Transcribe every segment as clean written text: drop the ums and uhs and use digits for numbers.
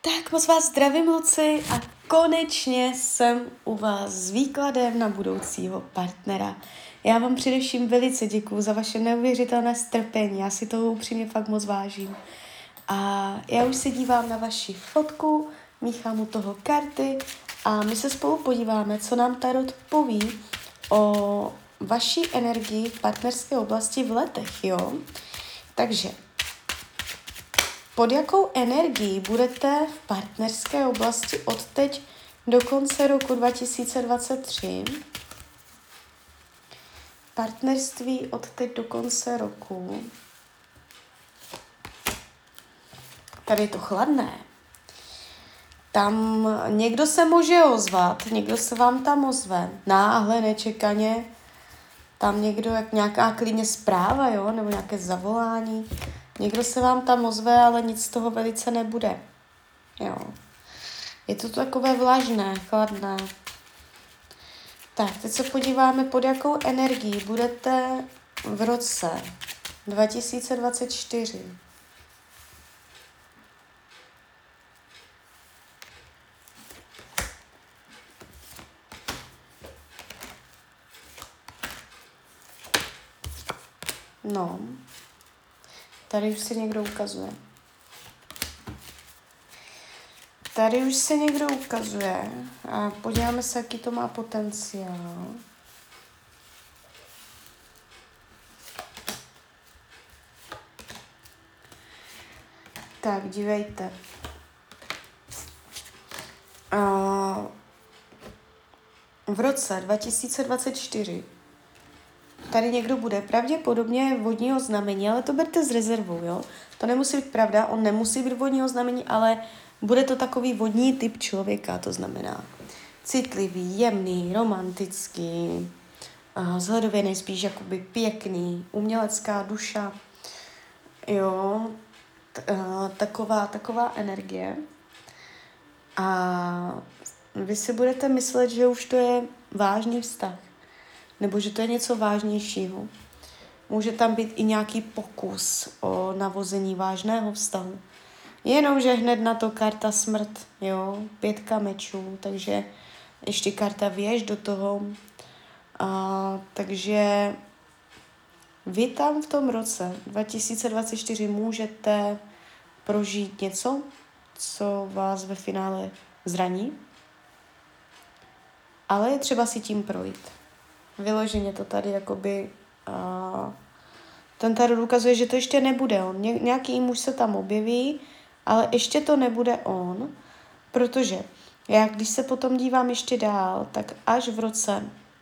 Tak moc vás zdravím, kluci, a konečně jsem u vás s výkladem na budoucího partnera. Já vám především velice děkuju za vaše neuvěřitelné strpení, já si toho upřímně fakt moc vážím. A já už se dívám na vaši fotku, míchám u toho karty a my se spolu podíváme, co nám Tarot poví o vaší energii v partnerské oblasti v letech, jo? Takže pod jakou energií budete v partnerské oblasti od teď do konce roku 2023? Partnerství od teď do konce roku. Tady je to chladné. Tam někdo se může ozvat, někdo se vám tam ozve. Náhle, nečekaně. Tam někdo, jak nějaká klidně zpráva, jo, nebo nějaké zavolání. Někdo se vám tam ozve, ale nic z toho velice nebude. Jo. Je to takové vlažné, chladné. Tak, teď se podíváme, pod jakou energií budete v roce 2024. No, tady už se někdo ukazuje. Tady už se někdo ukazuje a podíváme se, jaký to má potenciál. Tak, dívejte. V roce 2024 tady někdo bude pravděpodobně vodního znamení, ale to berte s rezervou, jo? To nemusí být pravda, on nemusí být vodního znamení, ale bude to takový vodní typ člověka, to znamená citlivý, jemný, romantický, vzhledově nejspíš jakoby pěkný, umělecká duša, jo, taková energie. A vy si budete myslet, že už to je vážný vztah, nebo že to je něco vážnějšího. Může tam být i nějaký pokus o navození vážného vztahu. Jenomže hned na to karta smrt, jo, 5 mečů, takže ještě karta věž do toho. Takže vy tam v tom roce 2024 můžete prožít něco, co vás ve finále zraní, ale je třeba si tím projít. Vyloženě to tady jakoby... ten tarot ukazuje, že to ještě nebude on. Nějaký muž se tam objeví, ale ještě to nebude on, protože já, když se potom dívám ještě dál, tak až v roce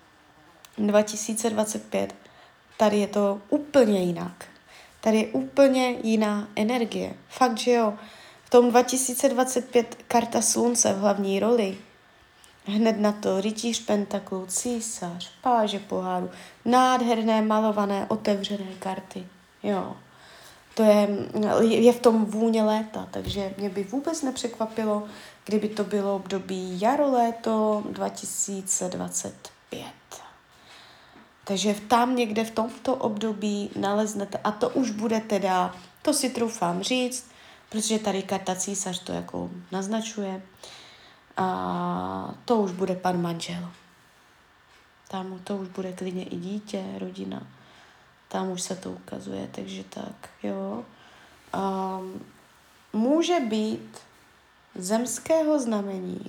2025 tady je to úplně jinak. Tady je úplně jiná energie. Fakt, že jo. V tom 2025 karta slunce v hlavní roli. Hned na to rytíř pentaklů, císař, páže poháru, nádherné malované otevřené karty. Jo. To je v tom vůně léta, takže mě by vůbec nepřekvapilo, kdyby to bylo období jaro-léto 2025. Takže tam někde v tomto období naleznete, a to už bude teda, to si troufám říct, protože tady karta císař to jako naznačuje, a to už bude pan manžel. Tam to už bude klidně i dítě, rodina. Tam už se to ukazuje, takže tak, jo. Může být zemského znamení.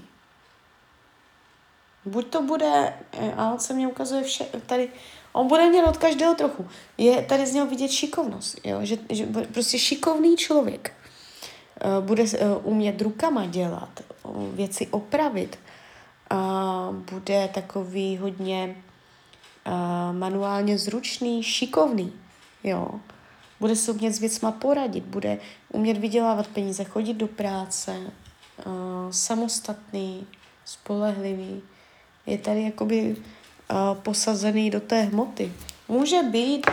Buď to bude, a on se mě ukazuje tady, on bude měl od každého trochu. Je tady z něho vidět šikovnost, jo, že prostě šikovný člověk bude umět rukama dělat, věci opravit, bude takový hodně manuálně zručný, šikovný, jo. Bude se umět s věcma poradit, bude umět vydělávat peníze, chodit do práce, samostatný, spolehlivý. Je tady jakoby posazený do té hmoty. Může být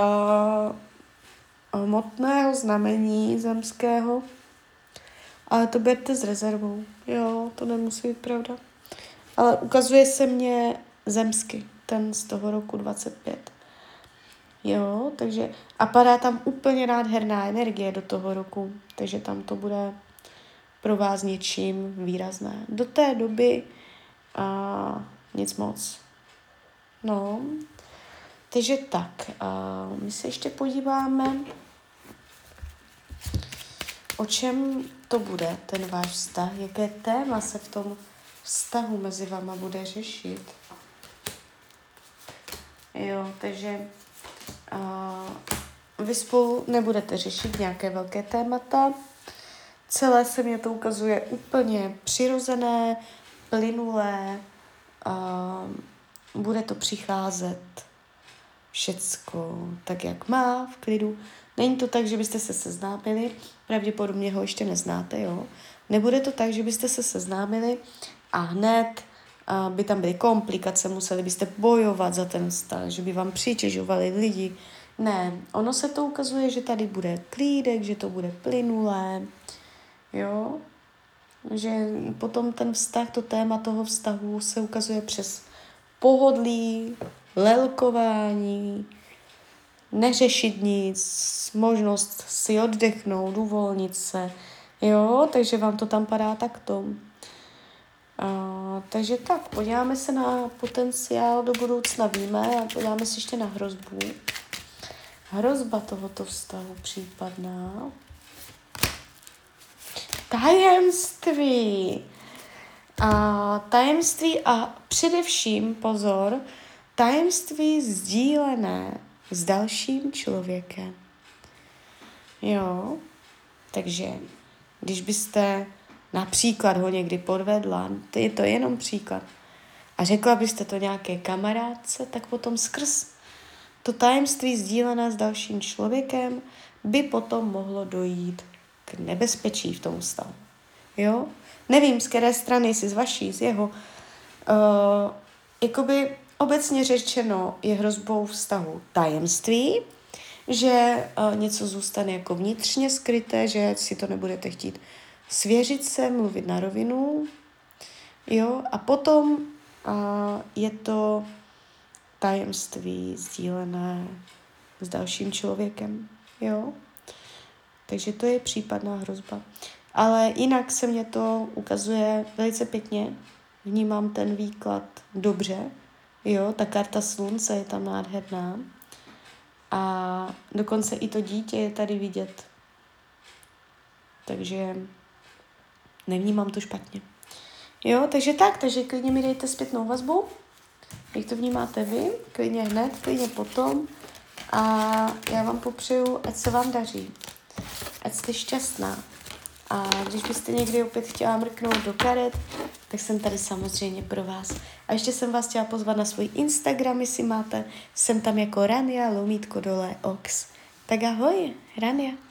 hmotného znamení zemského, ale to berte s rezervou. Jo, to nemusí být pravda. Ale ukazuje se mně zemsky, ten z toho roku 25. Jo, takže a padá tam úplně nádherná energie do toho roku, takže tam to bude pro vás něčím výrazné. Do té doby nic moc. No, takže tak. My se ještě podíváme, o čem to bude, ten váš vztah, jaké téma se v tom vztahu mezi váma bude řešit. Jo, takže vy spolu nebudete řešit nějaké velké témata. Celé se mě to ukazuje úplně přirozené, plynulé. Bude to přicházet všecko tak, jak má, v klidu. Není to tak, že byste se seznámili, pravděpodobně ho ještě neznáte, jo. Nebude to tak, že byste se seznámili a hned by tam byly komplikace, museli byste bojovat za ten vztah, že by vám přitěžovali lidi. Ne, ono se to ukazuje, že tady bude klídek, že to bude plynulé, jo. Že potom ten vztah, to téma toho vztahu se ukazuje přes pohodlí, lelkování, neřešit nic, možnost si oddechnout, uvolnit se, jo, takže vám to tam padá takto. Takže tak, podíváme se na potenciál do budoucna, víme, a podíváme se ještě na hrozbu. Hrozba tohoto vztahu případná. Tajemství. Tajemství a především, pozor, tajemství sdílené s dalším člověkem. Jo, takže když byste například ho někdy podvedla, to je to jenom příklad, a řekla byste to nějaké kamarádce, tak potom skrz to tajemství sdílené s dalším člověkem by potom mohlo dojít k nebezpečí v tom vztahu. Jo? Nevím, z které strany, jestli z vaší, z jeho. Jakoby obecně řečeno je hrozbou vztahu tajemství, že něco zůstane jako vnitřně skryté, že si to nebudete chtít svěřit se, mluvit na rovinu. Jo? A potom je to tajemství sdílené s dalším člověkem. Jo? Takže to je případná hrozba. Ale jinak se mě to ukazuje velice pěkně. Vnímám ten výklad dobře. Jo, ta karta slunce je tam nádherná. A dokonce i to dítě je tady vidět. Takže nevnímám to špatně. Jo, takže klidně mi dejte zpětnou vazbu. Jak to vnímáte vy? Klidně hned, klidně potom. A já vám popřeju, ať se vám daří. Ať jste šťastná. A když byste někdy opět chtěla mrknout do karet, tak jsem tady samozřejmě pro vás. A ještě jsem vás chtěla pozvat na svůj Instagram, jestli máte. Jsem tam jako Rania, _Ox. Tak ahoj, Rania.